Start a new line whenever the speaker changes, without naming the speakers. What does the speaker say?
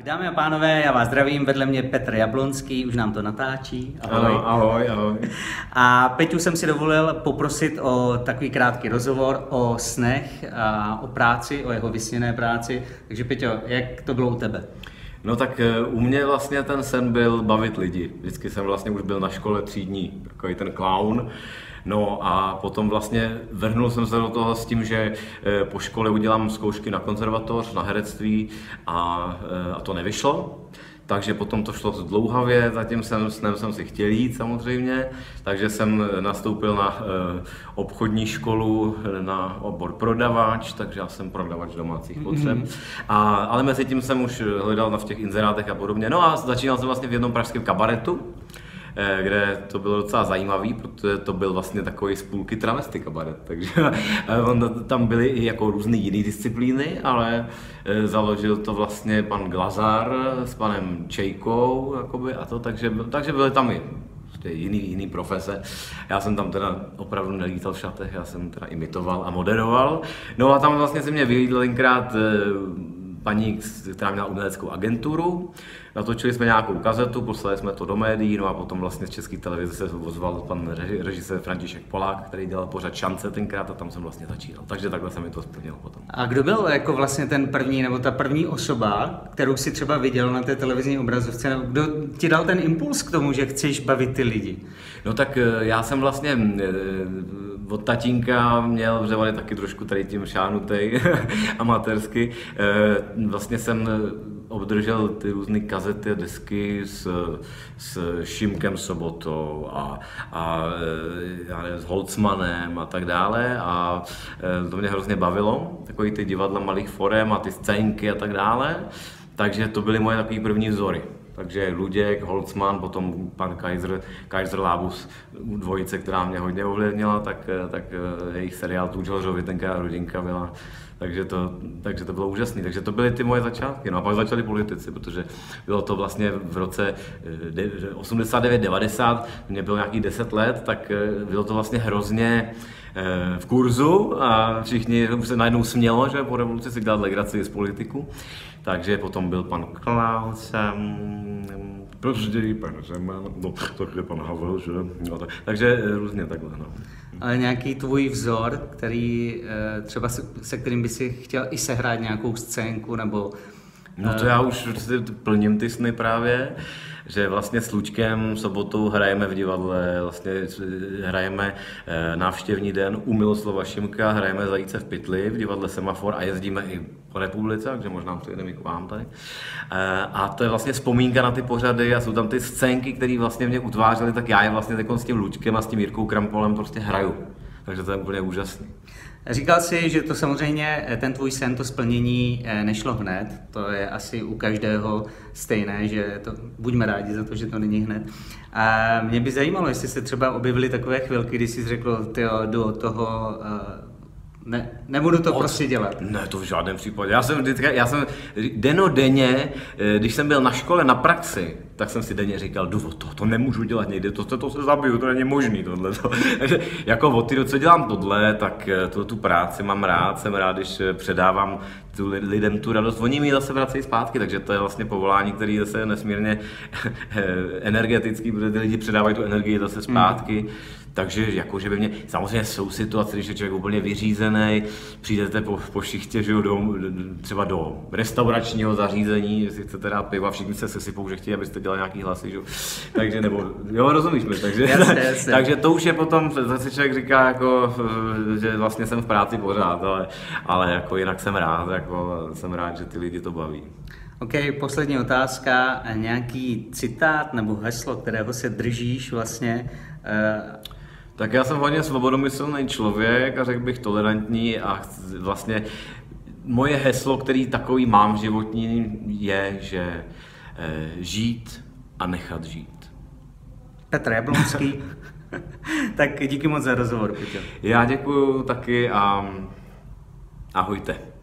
Dámy a pánové, já vás zdravím, vedle mě Petr Jablonský, už nám to natáčí. Ahoj.
Ano, ahoj, ahoj.
A Peťu jsem si dovolil poprosit o takový krátký rozhovor o snech a o práci, o jeho vysněné práci. Takže Peťo, jak to bylo u tebe?
No tak u mě vlastně ten sen byl bavit lidi. Vždycky jsem vlastně už byl na škole třídní, takový ten klaun. No a potom vlastně vrhnul jsem se do toho s tím, že po škole udělám zkoušky na konzervatoř, na herectví a to nevyšlo. Takže potom to šlo zdlouhavě, za tím snem jsem si chtěl jít samozřejmě, takže jsem nastoupil na obchodní školu na obor prodavač, takže já jsem prodavač domácích potřeb. Ale mezi tím jsem už hledal v těch inzerátech a podobně. No a začínal jsem vlastně v jednom pražském kabaretu, kde to bylo docela zajímavý, protože to byl vlastně takový z půlky travesty kabaret, takže tam byly i jako různé jiné disciplíny, ale založil to vlastně pan Glazar s panem Čejkou, jakoby, a to, takže byly tam i jiný profese. Já jsem tam teda opravdu nelítal v šatech, já jsem teda imitoval a moderoval. No a tam vlastně se mě vyhlídl tenkrát paní, která měla uměleckou agenturu. Natočili jsme nějakou kazetu, poslali jsme to do médií, no a potom vlastně z České televize se ozval pan režisér František Polák, který dělal pořad Šance tenkrát a tam jsem vlastně začínal. Takže takhle se mi to splnilo potom.
A kdo byl jako vlastně ten první nebo ta první osoba, kterou si třeba viděl na té televizní obrazovce? Kdo ti dal ten impuls k tomu, že chceš bavit ty lidi?
No tak já jsem vlastně od tatínka měl, protože on je taky trošku tady tím šánutej amatérsky. Vlastně jsem obdržel ty různé kazety a desky s Šimkem Sobotou a já nevím, s Holcmanem a tak dále a to mě hrozně bavilo, takový ty divadla malých forem a ty scénky a tak dále, takže to byly moje takový první vzory. Takže Luděk, Holcman, potom pan Kaiser Lábus, dvojice, která mě hodně ovlivnila, tak jejich seriál Tučelřovi, tenkrát rodinka byla, takže to bylo úžasné. Takže to byly ty moje začátky. No a pak začali politici, protože bylo to vlastně v roce 89-90, mě bylo nějakých 10 let, tak bylo to vlastně hrozně v kurzu a všichni se najednou smělo, že po revoluci si dělat legraci z politiku. Takže potom byl pan Klaus, později pan Zeman, no tak je pan Havel, že? No, takže různě takhle. No.
Ale nějaký tvůj vzor, který třeba se kterým by si chtěl i sehrát nějakou scénku, nebo...
No to já už plním ty sny právě, že vlastně s Lučkem Sobotou hrajeme v divadle, vlastně hrajeme návštěvní den u Miloslava Šimka, hrajeme Zajíce v pytli v divadle Semafor a jezdíme i po republice, takže možná to jedeme i k vám tady. A to je vlastně vzpomínka na ty pořady a jsou tam ty scénky, které vlastně mě utvářely, tak já je vlastně s tím Lučkem a s tím Jirkou Krampolem prostě hraju. Takže to je úplně úžasný.
Říkal jsi, že to samozřejmě, ten tvůj sen, to splnění nešlo hned, to je asi u každého stejné, že to, buďme rádi za to, že to není hned. A mě by zajímalo, jestli se třeba objevily takové chvilky, kdy jsi řekl, tyjo, jdu od toho, nebudu to prostě dělat. Ne,
to v žádném případě. Já jsem dennodenně, když jsem byl na škole na praxi, tak jsem si denně říkal, jdu od toho, to nemůžu dělat někde, to se zabiju, to není možný tohleto. Takže jako od té, co dělám tohle, tak tu práci mám rád, jsem rád, když předávám lidem tu radost, oni mi zase vracejí zpátky, takže to je vlastně povolání, které je zase nesmírně energetický, protože ty lidi předávají tu energii zase zpátky. Takže jakože by mě, samozřejmě jsou situace, když je člověk úplně vyřízený, přijdete po šichtě, že třeba do restauračního zařízení, jestli chcete dát piva, všichni se sesypou, že chtějí, abyste dělali nějaký hlasy, že? Takže nebo, jo, rozumíš mi, takže,
jasně.
Takže to už je potom, zase člověk říká, jako, že vlastně jsem v práci pořád, ale jako jinak jsem rád, že ty lidi to baví.
OK, poslední otázka, nějaký citát nebo heslo, kterého se držíš vlastně?
Tak já jsem hodně svobodomyslný člověk a řekl bych tolerantní a vlastně moje heslo, který takový mám v životní, je, že žít a nechat žít.
Petr Jablonský. Tak díky moc za rozhovor, Petr.
Já děkuju taky a ahojte.